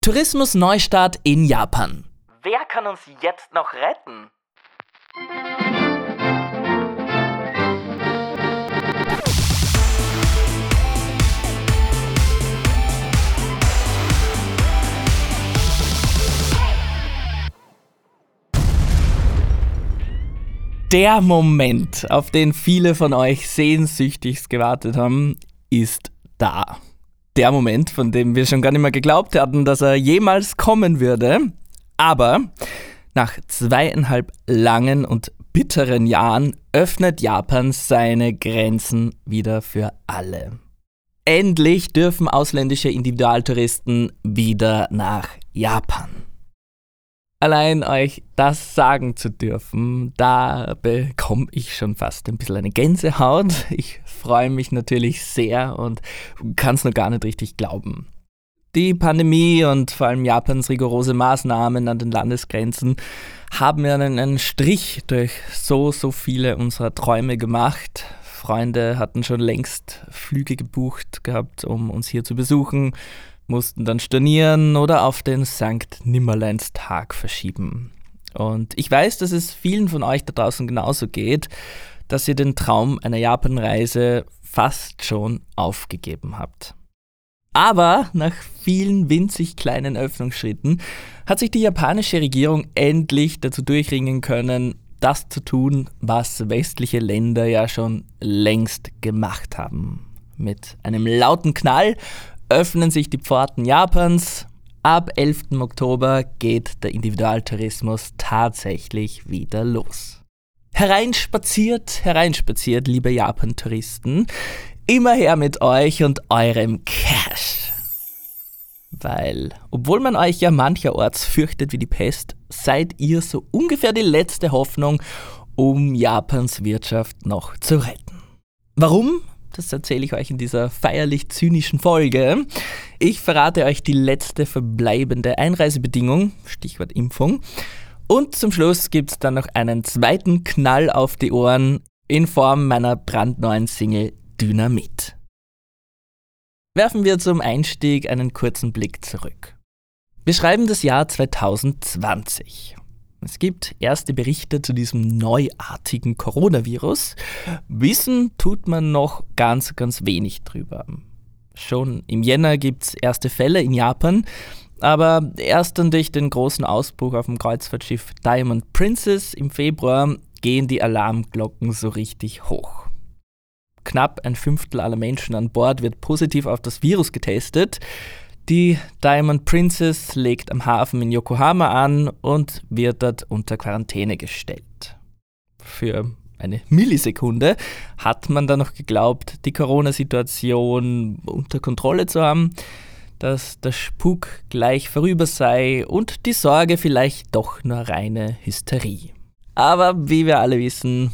Tourismus-Neustart in Japan. Wer kann uns jetzt noch retten? Der Moment, auf den viele von euch sehnsüchtigst gewartet haben, ist da. Der Moment, von dem wir schon gar nicht mehr geglaubt hatten, dass er jemals kommen würde. Aber nach 2,5 langen und bitteren Jahren öffnet Japan seine Grenzen wieder für alle. Endlich dürfen ausländische Individualtouristen wieder nach Japan. Allein euch das sagen zu dürfen, da bekomme ich schon fast ein bisschen eine Gänsehaut. Ich freue mich natürlich sehr und kann es noch gar nicht richtig glauben. Die Pandemie und vor allem Japans rigorose Maßnahmen an den Landesgrenzen haben ja einen Strich durch so viele unserer Träume gemacht. Freunde hatten schon längst Flüge gebucht gehabt, um uns hier zu besuchen, mussten dann stornieren oder auf den Sankt Nimmerleinstag verschieben. Und ich weiß, dass es vielen von euch da draußen genauso geht, dass ihr den Traum einer Japanreise fast schon aufgegeben habt. Aber nach vielen winzig kleinen Öffnungsschritten hat sich die japanische Regierung endlich dazu durchringen können, das zu tun, was westliche Länder ja schon längst gemacht haben. Mit einem lauten Knall öffnen sich die Pforten Japans. Ab 11. Oktober geht der Individualtourismus tatsächlich wieder los. Hereinspaziert, liebe Japan-Touristen. Immer her mit euch und eurem Cash. Weil, obwohl man euch ja mancherorts fürchtet wie die Pest, seid ihr so ungefähr die letzte Hoffnung, um Japans Wirtschaft noch zu retten. Warum? Das erzähle ich euch in dieser feierlich-zynischen Folge. Ich verrate euch die letzte verbleibende Einreisebedingung, Stichwort Impfung. Und zum Schluss gibt es dann noch einen zweiten Knall auf die Ohren in Form meiner brandneuen Single Dynamit. Werfen wir zum Einstieg einen kurzen Blick zurück. Wir schreiben das Jahr 2020. Es gibt erste Berichte zu diesem neuartigen Coronavirus. Wissen tut man noch ganz wenig drüber. Schon im Jänner gibt es erste Fälle in Japan, aber erst dann durch den großen Ausbruch auf dem Kreuzfahrtschiff Diamond Princess im Februar gehen die Alarmglocken so richtig hoch. Knapp 1/5 aller Menschen an Bord wird positiv auf das Virus getestet. Die Diamond Princess legt am Hafen in Yokohama an und wird dort unter Quarantäne gestellt. Für eine Millisekunde hat man dann noch geglaubt, die Corona-Situation unter Kontrolle zu haben, dass der Spuk gleich vorüber sei und die Sorge vielleicht doch nur reine Hysterie. Aber wie wir alle wissen,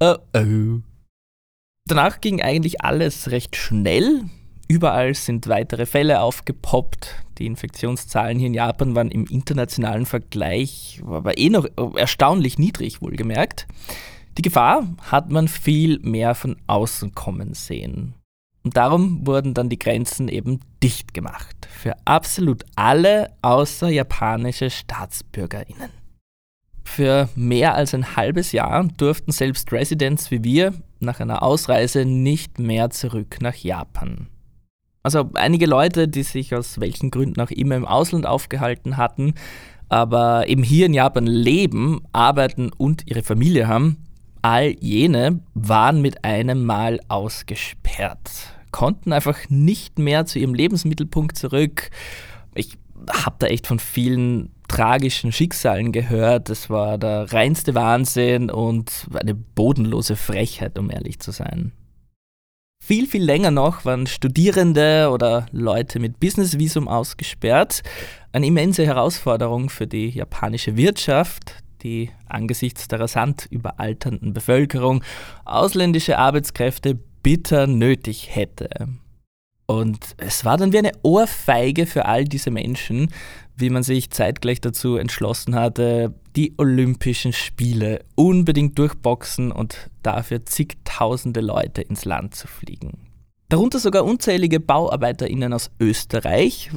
Danach ging eigentlich alles recht schnell. Überall sind weitere Fälle aufgepoppt. Die Infektionszahlen hier in Japan waren im internationalen Vergleich aber noch erstaunlich niedrig, wohlgemerkt. Die Gefahr hat man viel mehr von außen kommen sehen. Und darum wurden dann die Grenzen eben dicht gemacht. Für absolut alle außer japanische StaatsbürgerInnen. Für mehr als ein halbes Jahr durften selbst Residents wie wir nach einer Ausreise nicht mehr zurück nach Japan. Also einige Leute, die sich aus welchen Gründen auch immer im Ausland aufgehalten hatten, aber eben hier in Japan leben, arbeiten und ihre Familie haben, all jene waren mit einem Mal ausgesperrt, konnten einfach nicht mehr zu ihrem Lebensmittelpunkt zurück. Ich habe da echt von vielen tragischen Schicksalen gehört. Das war der reinste Wahnsinn und eine bodenlose Frechheit, um ehrlich zu sein. Viel länger noch waren Studierende oder Leute mit Businessvisum ausgesperrt. Eine immense Herausforderung für die japanische Wirtschaft, die angesichts der rasant überalternden Bevölkerung ausländische Arbeitskräfte bitter nötig hätte. Und es war dann wie eine Ohrfeige für all diese Menschen, wie man sich zeitgleich dazu entschlossen hatte, die Olympischen Spiele unbedingt durchboxen und dafür zigtausende Leute ins Land zu fliegen. Darunter sogar unzählige BauarbeiterInnen aus Österreich, was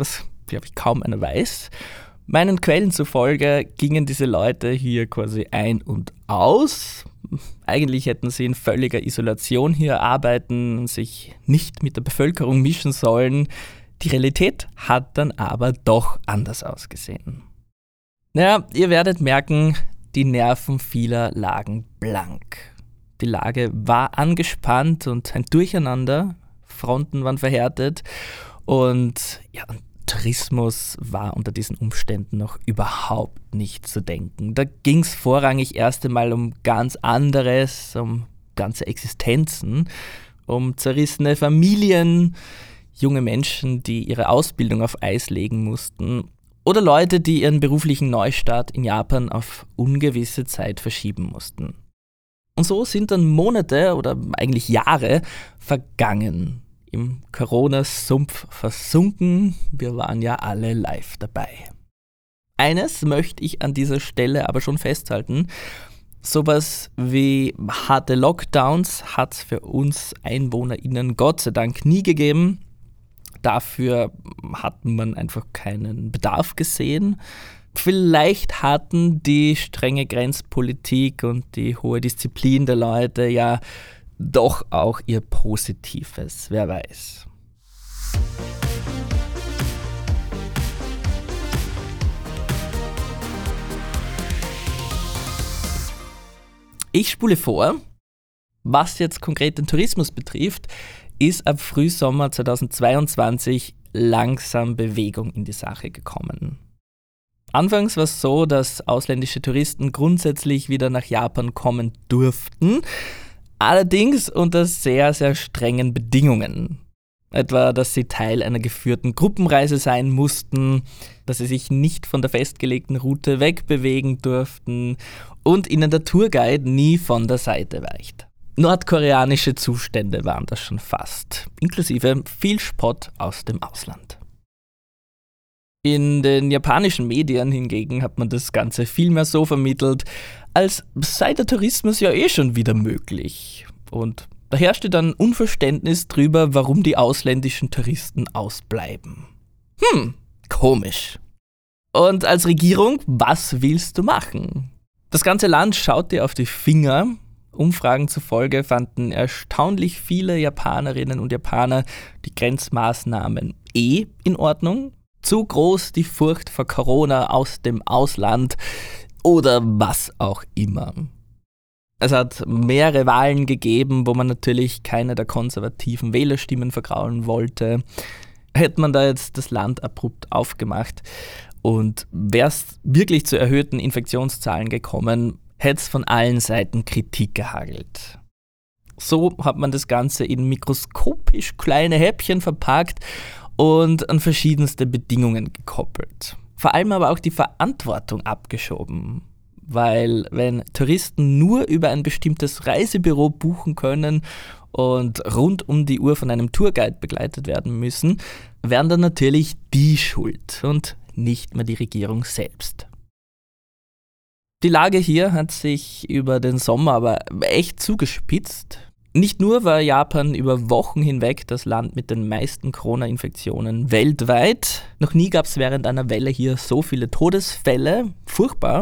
glaube ich, kaum einer weiß. Meinen Quellen zufolge gingen diese Leute hier quasi ein und aus. Eigentlich hätten sie in völliger Isolation hier arbeiten und sich nicht mit der Bevölkerung mischen sollen. Die Realität hat dann aber doch anders ausgesehen. Naja, ihr werdet merken, die Nerven vieler lagen blank. Die Lage war angespannt und ein Durcheinander. Fronten waren verhärtet und Tourismus war unter diesen Umständen noch überhaupt nicht zu denken. Da ging es vorrangig erst einmal um ganz anderes, um ganze Existenzen, um zerrissene Familien, junge Menschen, die ihre Ausbildung auf Eis legen mussten oder Leute, die ihren beruflichen Neustart in Japan auf ungewisse Zeit verschieben mussten. Und so sind dann Monate oder eigentlich Jahre vergangen, im Corona-Sumpf versunken. Wir waren ja alle live dabei. Eines möchte ich an dieser Stelle aber schon festhalten. Sowas wie harte Lockdowns hat es für uns EinwohnerInnen Gott sei Dank nie gegeben. Dafür hat man einfach keinen Bedarf gesehen. Vielleicht hatten die strenge Grenzpolitik und die hohe Disziplin der Leute ja doch auch ihr Positives, wer weiß. Ich spule vor. Was jetzt konkret den Tourismus betrifft, ist ab Frühsommer 2022 langsam Bewegung in die Sache gekommen. Anfangs war es so, dass ausländische Touristen grundsätzlich wieder nach Japan kommen durften, allerdings unter sehr, sehr strengen Bedingungen. Etwa, dass sie Teil einer geführten Gruppenreise sein mussten, dass sie sich nicht von der festgelegten Route wegbewegen durften und ihnen der Tourguide nie von der Seite weicht. Nordkoreanische Zustände waren das schon fast, inklusive viel Spott aus dem Ausland. In den japanischen Medien hingegen hat man das Ganze vielmehr so vermittelt, als sei der Tourismus ja eh schon wieder möglich. Und da herrschte dann Unverständnis drüber, warum die ausländischen Touristen ausbleiben. Komisch. Und als Regierung, was willst du machen? Das ganze Land schaut dir auf die Finger. Umfragen zufolge fanden erstaunlich viele Japanerinnen und Japaner die Grenzmaßnahmen in Ordnung. Zu groß die Furcht vor Corona aus dem Ausland oder was auch immer. Es hat mehrere Wahlen gegeben, wo man natürlich keine der konservativen Wählerstimmen vergraulen wollte. Hätte man da jetzt das Land abrupt aufgemacht und wäre es wirklich zu erhöhten Infektionszahlen gekommen, hätte es von allen Seiten Kritik gehagelt. So hat man das Ganze in mikroskopisch kleine Häppchen verpackt und an verschiedenste Bedingungen gekoppelt. Vor allem aber auch die Verantwortung abgeschoben. Weil wenn Touristen nur über ein bestimmtes Reisebüro buchen können und rund um die Uhr von einem Tourguide begleitet werden müssen, wären dann natürlich die schuld und nicht mehr die Regierung selbst. Die Lage hier hat sich über den Sommer aber echt zugespitzt. Nicht nur war Japan über Wochen hinweg das Land mit den meisten Corona-Infektionen weltweit. Noch nie gab es während einer Welle hier so viele Todesfälle. Furchtbar.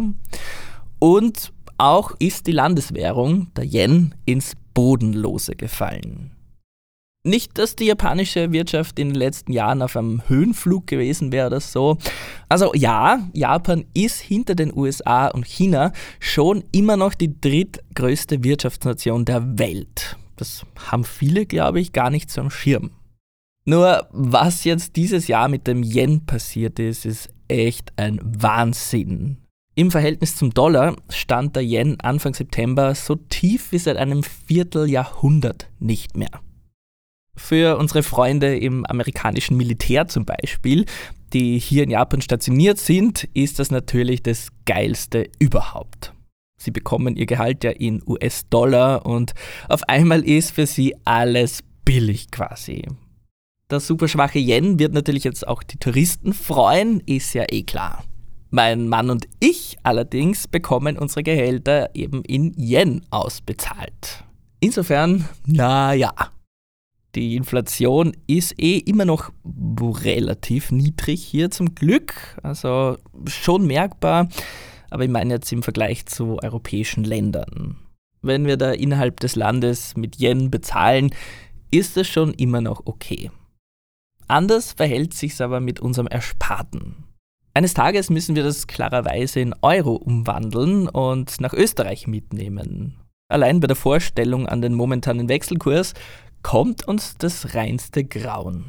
Und auch ist die Landeswährung, der Yen, ins Bodenlose gefallen. Nicht, dass die japanische Wirtschaft in den letzten Jahren auf einem Höhenflug gewesen wäre oder so. Also ja, Japan ist hinter den USA und China schon immer noch die drittgrößte Wirtschaftsnation der Welt. Das haben viele, glaube ich, gar nicht so am Schirm. Nur was jetzt dieses Jahr mit dem Yen passiert ist, ist echt ein Wahnsinn. Im Verhältnis zum Dollar stand der Yen Anfang September so tief wie seit einem Vierteljahrhundert nicht mehr. Für unsere Freunde im amerikanischen Militär zum Beispiel, die hier in Japan stationiert sind, ist das natürlich das Geilste überhaupt. Sie bekommen ihr Gehalt ja in US-Dollar und auf einmal ist für sie alles billig quasi. Der super schwache Yen wird natürlich jetzt auch die Touristen freuen, ist ja eh klar. Mein Mann und ich allerdings bekommen unsere Gehälter eben in Yen ausbezahlt. Insofern, naja. Die Inflation ist immer noch relativ niedrig hier zum Glück, also schon merkbar, aber ich meine jetzt im Vergleich zu europäischen Ländern. Wenn wir da innerhalb des Landes mit Yen bezahlen, ist das schon immer noch okay. Anders verhält sich's aber mit unserem Ersparten. Eines Tages müssen wir das klarerweise in Euro umwandeln und nach Österreich mitnehmen. Allein bei der Vorstellung an den momentanen Wechselkurs kommt uns das reinste Grauen.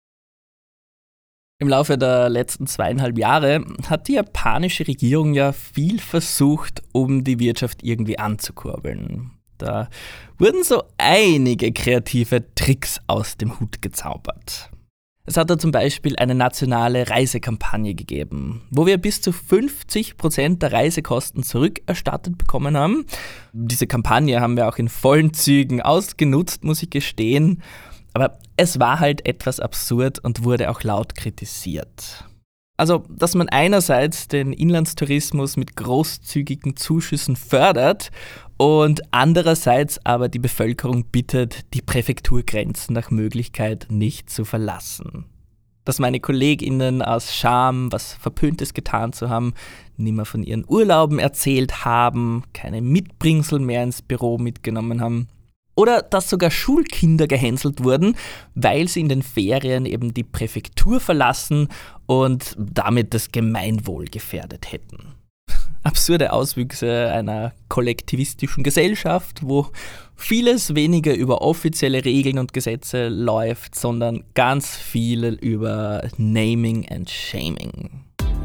Im Laufe der letzten 2,5 Jahre hat die japanische Regierung ja viel versucht, um die Wirtschaft irgendwie anzukurbeln. Da wurden so einige kreative Tricks aus dem Hut gezaubert. Es hat da zum Beispiel eine nationale Reisekampagne gegeben, wo wir bis zu 50% der Reisekosten zurückerstattet bekommen haben. Diese Kampagne haben wir auch in vollen Zügen ausgenutzt, muss ich gestehen. Aber es war halt etwas absurd und wurde auch laut kritisiert. Also, dass man einerseits den Inlandstourismus mit großzügigen Zuschüssen fördert und andererseits aber die Bevölkerung bittet, die Präfekturgrenzen nach Möglichkeit nicht zu verlassen. Dass meine KollegInnen aus Scham, was Verpöntes getan zu haben, nimmer von ihren Urlauben erzählt haben, keine Mitbringsel mehr ins Büro mitgenommen haben. Oder dass sogar Schulkinder gehänselt wurden, weil sie in den Ferien eben die Präfektur verlassen und damit das Gemeinwohl gefährdet hätten. Absurde Auswüchse einer kollektivistischen Gesellschaft, wo vieles weniger über offizielle Regeln und Gesetze läuft, sondern ganz viel über Naming and Shaming.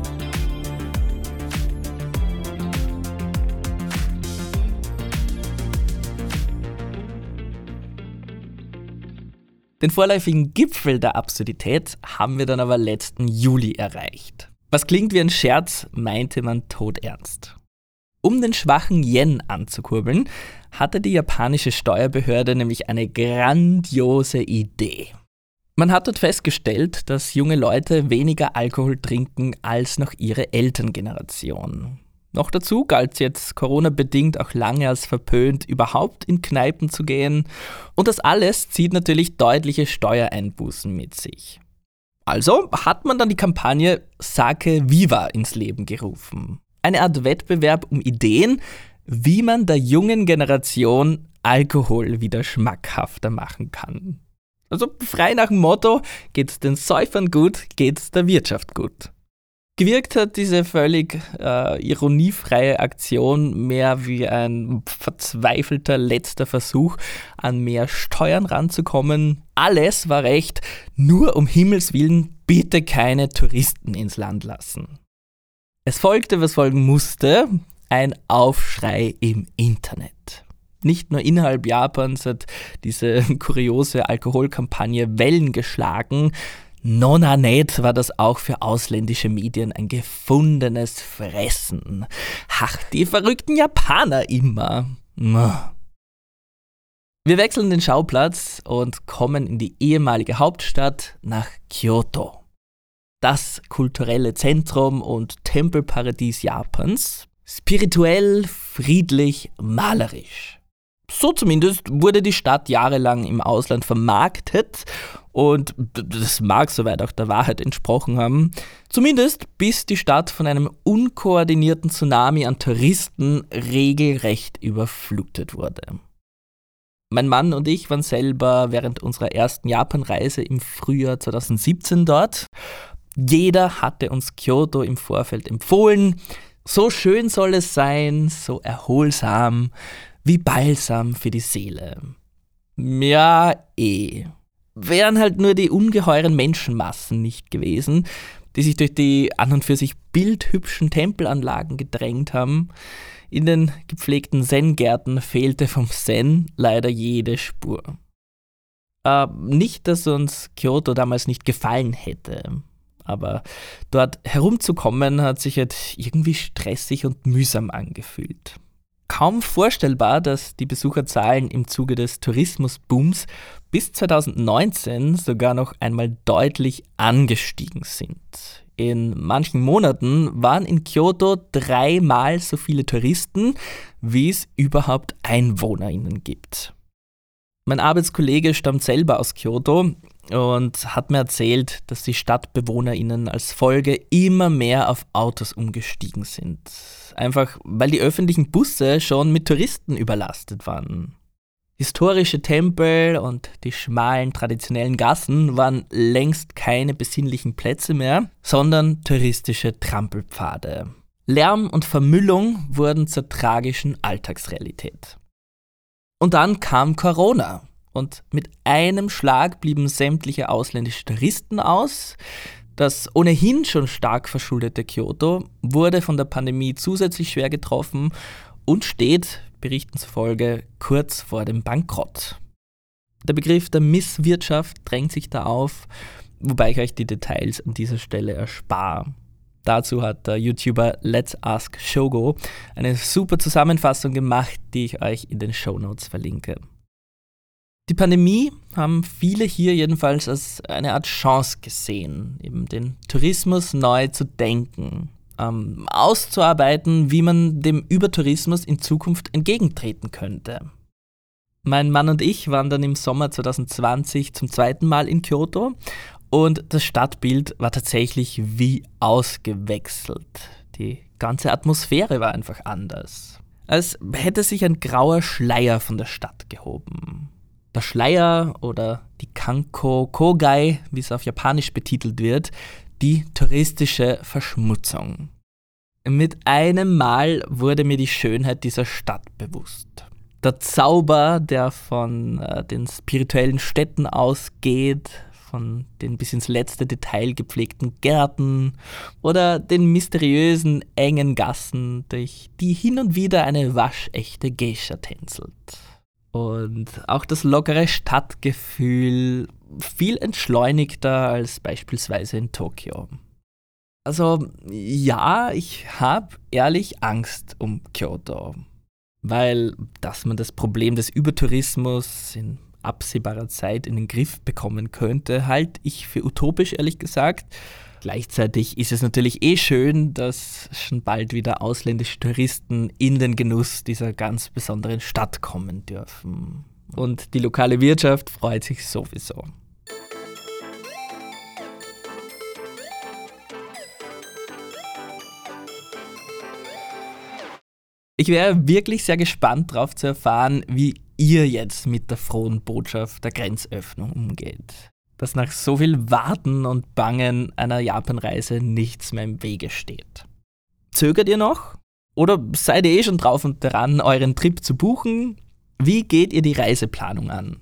Den vorläufigen Gipfel der Absurdität haben wir dann aber letzten Juli erreicht. Was klingt wie ein Scherz, meinte man todernst. Um den schwachen Yen anzukurbeln, hatte die japanische Steuerbehörde nämlich eine grandiose Idee. Man hat dort festgestellt, dass junge Leute weniger Alkohol trinken als noch ihre Elterngeneration. Noch dazu galt es jetzt Corona-bedingt auch lange als verpönt, überhaupt in Kneipen zu gehen. Und das alles zieht natürlich deutliche Steuereinbußen mit sich. Also hat man dann die Kampagne Sake Viva ins Leben gerufen. Eine Art Wettbewerb um Ideen, wie man der jungen Generation Alkohol wieder schmackhafter machen kann. Also frei nach dem Motto, geht's den Säufern gut, geht's der Wirtschaft gut. Gewirkt hat diese völlig ironiefreie Aktion mehr wie ein verzweifelter letzter Versuch, an mehr Steuern ranzukommen. Alles war recht, nur um Himmels Willen bitte keine Touristen ins Land lassen. Es folgte, was folgen musste, ein Aufschrei im Internet. Nicht nur innerhalb Japans hat diese kuriose Alkoholkampagne Wellen geschlagen, Nona net war das auch für ausländische Medien ein gefundenes Fressen. Ach, die verrückten Japaner immer. Wir wechseln den Schauplatz und kommen in die ehemalige Hauptstadt nach Kyoto. Das kulturelle Zentrum und Tempelparadies Japans. Spirituell, friedlich, malerisch. So zumindest wurde die Stadt jahrelang im Ausland vermarktet und das mag soweit auch der Wahrheit entsprochen haben. Zumindest bis die Stadt von einem unkoordinierten Tsunami an Touristen regelrecht überflutet wurde. Mein Mann und ich waren selber während unserer ersten Japanreise im Frühjahr 2017 dort. Jeder hatte uns Kyoto im Vorfeld empfohlen. So schön soll es sein, so erholsam, wie Balsam für die Seele. Ja, Wären halt nur die ungeheuren Menschenmassen nicht gewesen, die sich durch die an und für sich bildhübschen Tempelanlagen gedrängt haben. In den gepflegten Zen-Gärten fehlte vom Zen leider jede Spur. Nicht, dass uns Kyoto damals nicht gefallen hätte, aber dort herumzukommen hat sich halt irgendwie stressig und mühsam angefühlt. Kaum vorstellbar, dass die Besucherzahlen im Zuge des Tourismusbooms bis 2019 sogar noch einmal deutlich angestiegen sind. In manchen Monaten waren in Kyoto 3-mal so viele Touristen, wie es überhaupt EinwohnerInnen gibt. Mein Arbeitskollege stammt selber aus Kyoto und hat mir erzählt, dass die StadtbewohnerInnen als Folge immer mehr auf Autos umgestiegen sind. Einfach weil die öffentlichen Busse schon mit Touristen überlastet waren. Historische Tempel und die schmalen traditionellen Gassen waren längst keine besinnlichen Plätze mehr, sondern touristische Trampelpfade. Lärm und Vermüllung wurden zur tragischen Alltagsrealität. Und dann kam Corona. Und mit einem Schlag blieben sämtliche ausländische Touristen aus. Das ohnehin schon stark verschuldete Kyoto wurde von der Pandemie zusätzlich schwer getroffen und steht, Berichten zufolge, kurz vor dem Bankrott. Der Begriff der Misswirtschaft drängt sich da auf, wobei ich euch die Details an dieser Stelle erspare. Dazu hat der YouTuber Let's Ask Shogo eine super Zusammenfassung gemacht, die ich euch in den Shownotes verlinke. Die Pandemie haben viele hier jedenfalls als eine Art Chance gesehen, eben den Tourismus neu zu denken, auszuarbeiten, wie man dem Übertourismus in Zukunft entgegentreten könnte. Mein Mann und ich waren dann im Sommer 2020 zum zweiten Mal in Kyoto und das Stadtbild war tatsächlich wie ausgewechselt. Die ganze Atmosphäre war einfach anders. Als hätte sich ein grauer Schleier von der Stadt gehoben. Der Schleier oder die Kanko Kogai, wie es auf Japanisch betitelt wird, die touristische Verschmutzung. Mit einem Mal wurde mir die Schönheit dieser Stadt bewusst. Der Zauber, der von den spirituellen Städten ausgeht, von den bis ins letzte Detail gepflegten Gärten oder den mysteriösen, engen Gassen, durch die hin und wieder eine waschechte Geisha tänzelt. Und auch das lockere Stadtgefühl viel entschleunigter als beispielsweise in Tokio. Also ja, ich habe ehrlich Angst um Kyoto, weil dass man das Problem des Übertourismus in absehbarer Zeit in den Griff bekommen könnte, halte ich für utopisch, ehrlich gesagt. Gleichzeitig ist es natürlich schön, dass schon bald wieder ausländische Touristen in den Genuss dieser ganz besonderen Stadt kommen dürfen. Und die lokale Wirtschaft freut sich sowieso. Ich wäre wirklich sehr gespannt darauf zu erfahren, wie ihr jetzt mit der frohen Botschaft der Grenzöffnung umgeht. Dass nach so viel Warten und Bangen einer Japanreise nichts mehr im Wege steht. Zögert ihr noch? Oder seid ihr schon drauf und dran, euren Trip zu buchen? Wie geht ihr die Reiseplanung an?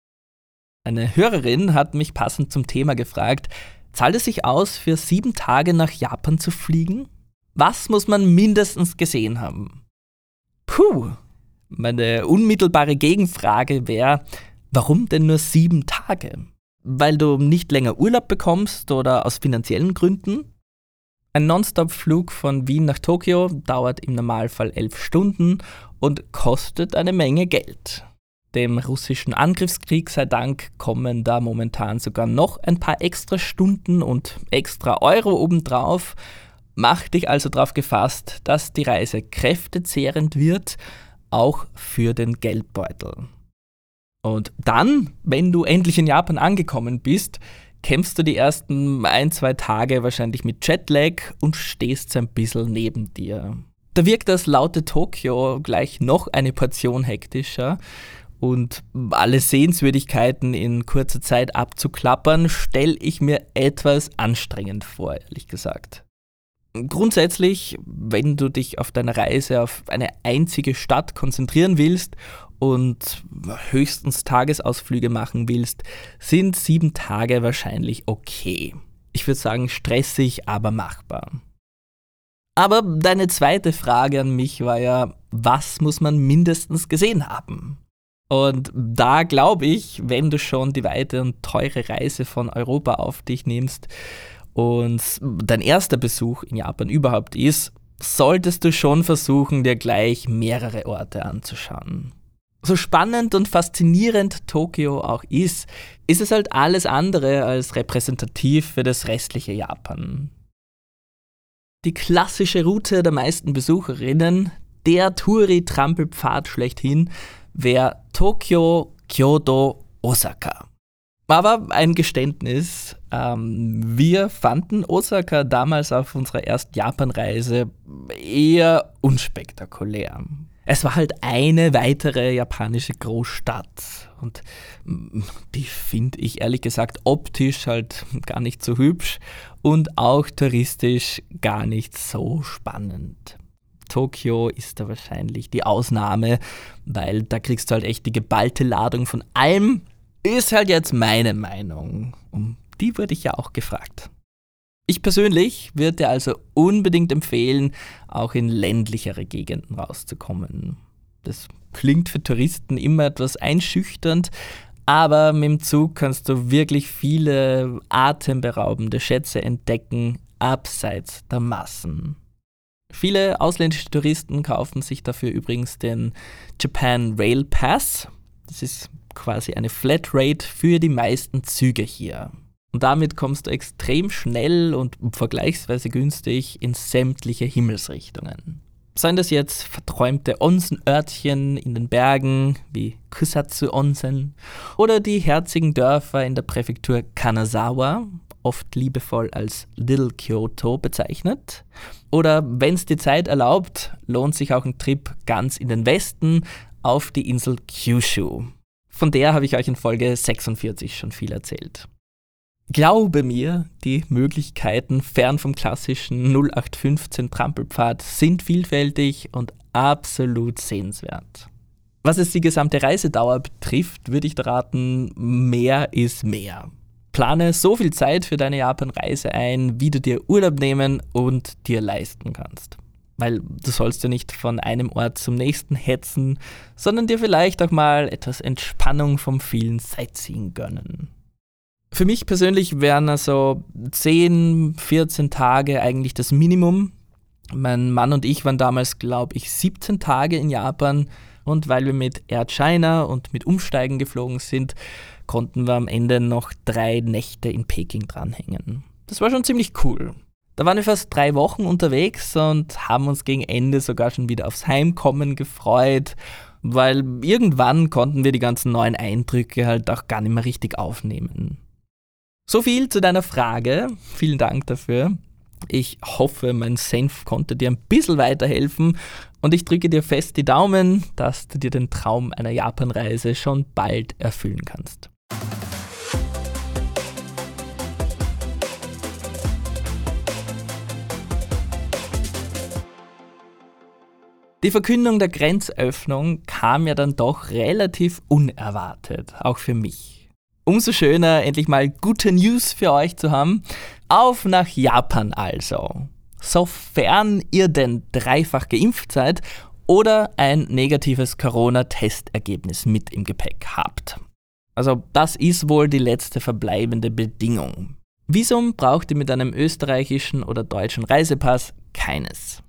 Eine Hörerin hat mich passend zum Thema gefragt, zahlt es sich aus, für 7 Tage nach Japan zu fliegen? Was muss man mindestens gesehen haben? Puh, meine unmittelbare Gegenfrage wäre, warum denn nur 7 Tage? Weil du nicht länger Urlaub bekommst oder aus finanziellen Gründen? Ein Nonstop-Flug von Wien nach Tokio dauert im Normalfall 11 Stunden und kostet eine Menge Geld. Dem russischen Angriffskrieg sei Dank kommen da momentan sogar noch ein paar extra Stunden und extra Euro obendrauf. Mach dich also darauf gefasst, dass die Reise kräftezehrend wird, auch für den Geldbeutel. Und dann, wenn du endlich in Japan angekommen bist, kämpfst du die ersten 1-2 Tage wahrscheinlich mit Jetlag und stehst ein bisschen neben dir. Da wirkt das laute Tokio gleich noch eine Portion hektischer und alle Sehenswürdigkeiten in kurzer Zeit abzuklappern, stelle ich mir etwas anstrengend vor, ehrlich gesagt. Grundsätzlich, wenn du dich auf deiner Reise auf eine einzige Stadt konzentrieren willst und höchstens Tagesausflüge machen willst, sind 7 Tage wahrscheinlich okay. Ich würde sagen, stressig, aber machbar. Aber deine zweite Frage an mich war ja, was muss man mindestens gesehen haben? Und da glaube ich, wenn du schon die weite und teure Reise von Europa auf dich nimmst und dein erster Besuch in Japan überhaupt ist, solltest du schon versuchen, dir gleich mehrere Orte anzuschauen. So spannend und faszinierend Tokio auch ist es halt alles andere als repräsentativ für das restliche Japan. Die klassische Route der meisten Besucherinnen, der Touri-Trampelpfad schlechthin, wäre Tokio, Kyoto, Osaka. Aber ein Geständnis, wir fanden Osaka damals auf unserer ersten Japanreise eher unspektakulär. Es war halt eine weitere japanische Großstadt und die finde ich ehrlich gesagt optisch halt gar nicht so hübsch und auch touristisch gar nicht so spannend. Tokio ist da wahrscheinlich die Ausnahme, weil da kriegst du halt echt die geballte Ladung von allem. Ist halt jetzt meine Meinung. Um die wurde ich ja auch gefragt. Ich persönlich würde dir also unbedingt empfehlen, auch in ländlichere Gegenden rauszukommen. Das klingt für Touristen immer etwas einschüchternd, aber mit dem Zug kannst du wirklich viele atemberaubende Schätze entdecken, abseits der Massen. Viele ausländische Touristen kaufen sich dafür übrigens den Japan Rail Pass. Das ist quasi eine Flatrate für die meisten Züge hier. Und damit kommst du extrem schnell und vergleichsweise günstig in sämtliche Himmelsrichtungen. Seien das jetzt verträumte Onsen-Örtchen in den Bergen wie Kusatsu Onsen oder die herzigen Dörfer in der Präfektur Kanazawa, oft liebevoll als Little Kyoto bezeichnet. Oder wenn es die Zeit erlaubt, lohnt sich auch ein Trip ganz in den Westen auf die Insel Kyushu. Von der habe ich euch in Folge 46 schon viel erzählt. Glaube mir, die Möglichkeiten fern vom klassischen 0815 Trampelpfad sind vielfältig und absolut sehenswert. Was es die gesamte Reisedauer betrifft, würde ich dir raten, mehr ist mehr. Plane so viel Zeit für deine Japan-Reise ein, wie du dir Urlaub nehmen und dir leisten kannst. Weil du sollst ja nicht von einem Ort zum nächsten hetzen, sondern dir vielleicht auch mal etwas Entspannung vom vielen Sightseeing gönnen. Für mich persönlich wären also 10, 14 Tage eigentlich das Minimum. Mein Mann und ich waren damals, glaube ich, 17 Tage in Japan und weil wir mit Air China und mit Umsteigen geflogen sind, konnten wir am Ende noch 3 Nächte in Peking dranhängen. Das war schon ziemlich cool. Da waren wir fast 3 Wochen unterwegs und haben uns gegen Ende sogar schon wieder aufs Heimkommen gefreut, weil irgendwann konnten wir die ganzen neuen Eindrücke halt auch gar nicht mehr richtig aufnehmen. So viel zu deiner Frage. Vielen Dank dafür. Ich hoffe, mein Senf konnte dir ein bisschen weiterhelfen und ich drücke dir fest die Daumen, dass du dir den Traum einer Japanreise schon bald erfüllen kannst. Die Verkündung der Grenzöffnung kam ja dann doch relativ unerwartet, auch für mich. Umso schöner, endlich mal gute News für euch zu haben. Auf nach Japan also. Sofern ihr denn dreifach geimpft seid oder ein negatives Corona-Testergebnis mit im Gepäck habt. Also das ist wohl die letzte verbleibende Bedingung. Visum braucht ihr mit einem österreichischen oder deutschen Reisepass keines.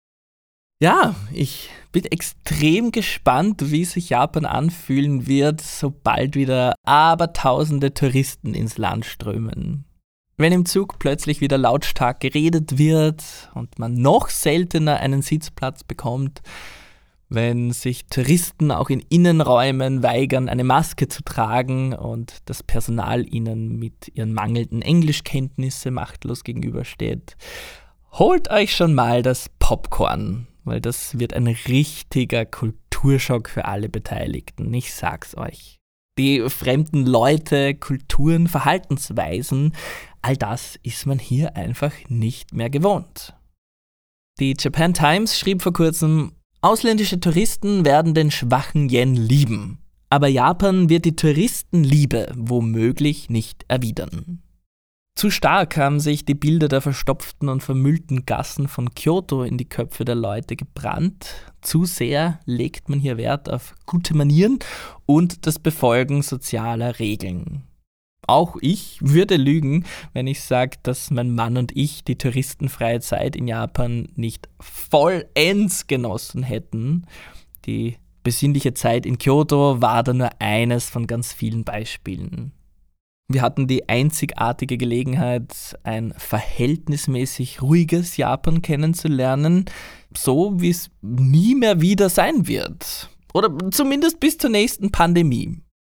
Ja, ich bin extrem gespannt, wie sich Japan anfühlen wird, sobald wieder abertausende Touristen ins Land strömen. Wenn im Zug plötzlich wieder lautstark geredet wird und man noch seltener einen Sitzplatz bekommt, wenn sich Touristen auch in Innenräumen weigern, eine Maske zu tragen und das Personal ihnen mit ihren mangelnden Englischkenntnisse machtlos gegenübersteht, holt euch schon mal das Popcorn. Weil das wird ein richtiger Kulturschock für alle Beteiligten, ich sag's euch. Die fremden Leute, Kulturen, Verhaltensweisen, all das ist man hier einfach nicht mehr gewohnt. Die Japan Times schrieb vor kurzem, ausländische Touristen werden den schwachen Yen lieben, aber Japan wird die Touristenliebe womöglich nicht erwidern. Zu stark haben sich die Bilder der verstopften und vermüllten Gassen von Kyoto in die Köpfe der Leute gebrannt. Zu sehr legt man hier Wert auf gute Manieren und das Befolgen sozialer Regeln. Auch ich würde lügen, wenn ich sage, dass mein Mann und ich die touristenfreie Zeit in Japan nicht vollends genossen hätten. Die besinnliche Zeit in Kyoto war da nur eines von ganz vielen Beispielen. Wir hatten die einzigartige Gelegenheit, ein verhältnismäßig ruhiges Japan kennenzulernen, so wie es nie mehr wieder sein wird. Oder zumindest bis zur nächsten Pandemie.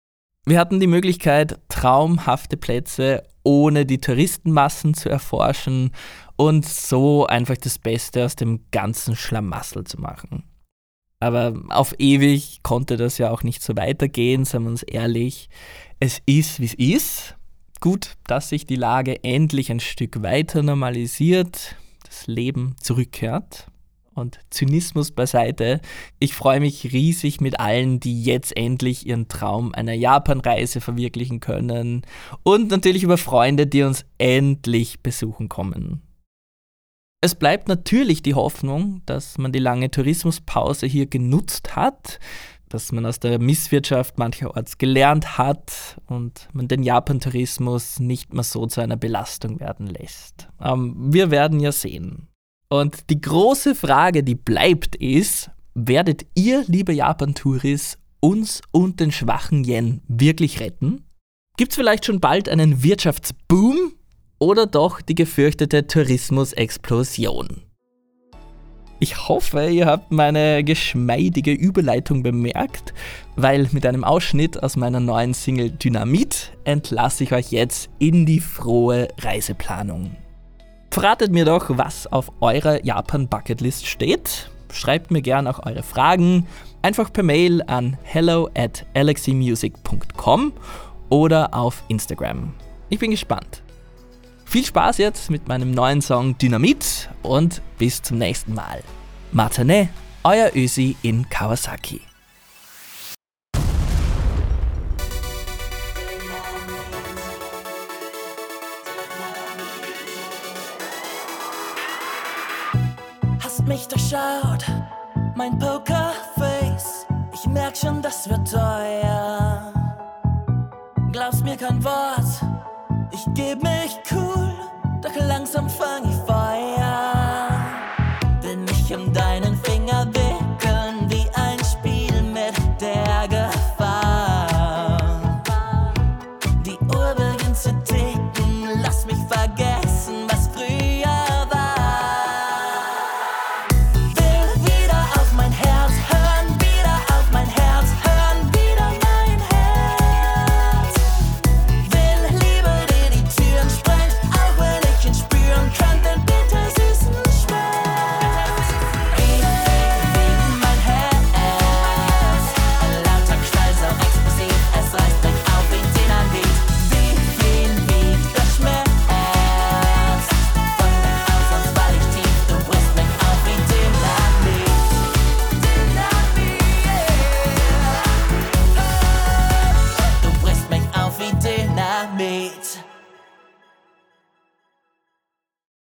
Wir hatten die Möglichkeit, traumhafte Plätze ohne die Touristenmassen zu erforschen und so einfach das Beste aus dem ganzen Schlamassel zu machen. Aber auf ewig konnte das ja auch nicht so weitergehen, seien wir uns ehrlich. Es ist, wie es ist. Gut, dass sich die Lage endlich ein Stück weiter normalisiert, das Leben zurückkehrt. Und Zynismus beiseite. Ich freue mich riesig mit allen, die jetzt endlich ihren Traum einer Japanreise verwirklichen können. Und natürlich über Freunde, die uns endlich besuchen kommen. Es bleibt natürlich die Hoffnung, dass man die lange Tourismuspause hier genutzt hat, dass man aus der Misswirtschaft mancherorts gelernt hat und man den Japan-Tourismus nicht mehr so zu einer Belastung werden lässt. Wir werden ja sehen. Und die große Frage, die bleibt, ist, werdet ihr, liebe Japan-Touris, uns und den schwachen Yen wirklich retten? Gibt es vielleicht schon bald einen Wirtschaftsboom oder doch die gefürchtete Tourismusexplosion? Ich hoffe, ihr habt meine geschmeidige Überleitung bemerkt, weil mit einem Ausschnitt aus meiner neuen Single Dynamit entlasse ich euch jetzt in die frohe Reiseplanung. Verratet mir doch, was auf eurer Japan-Bucketlist steht. Schreibt mir gerne auch eure Fragen, einfach per Mail an hello@aleximusic.com oder auf Instagram. Ich bin gespannt. Viel Spaß jetzt mit meinem neuen Song Dynamit und bis zum nächsten Mal. Matane, euer Ösi in Kawasaki. Hast mich durchschaut, mein Pokerface. Ich merk schon, das wird teuer. Glaubst mir kein Wort, ich geb mich cool, doch langsam fang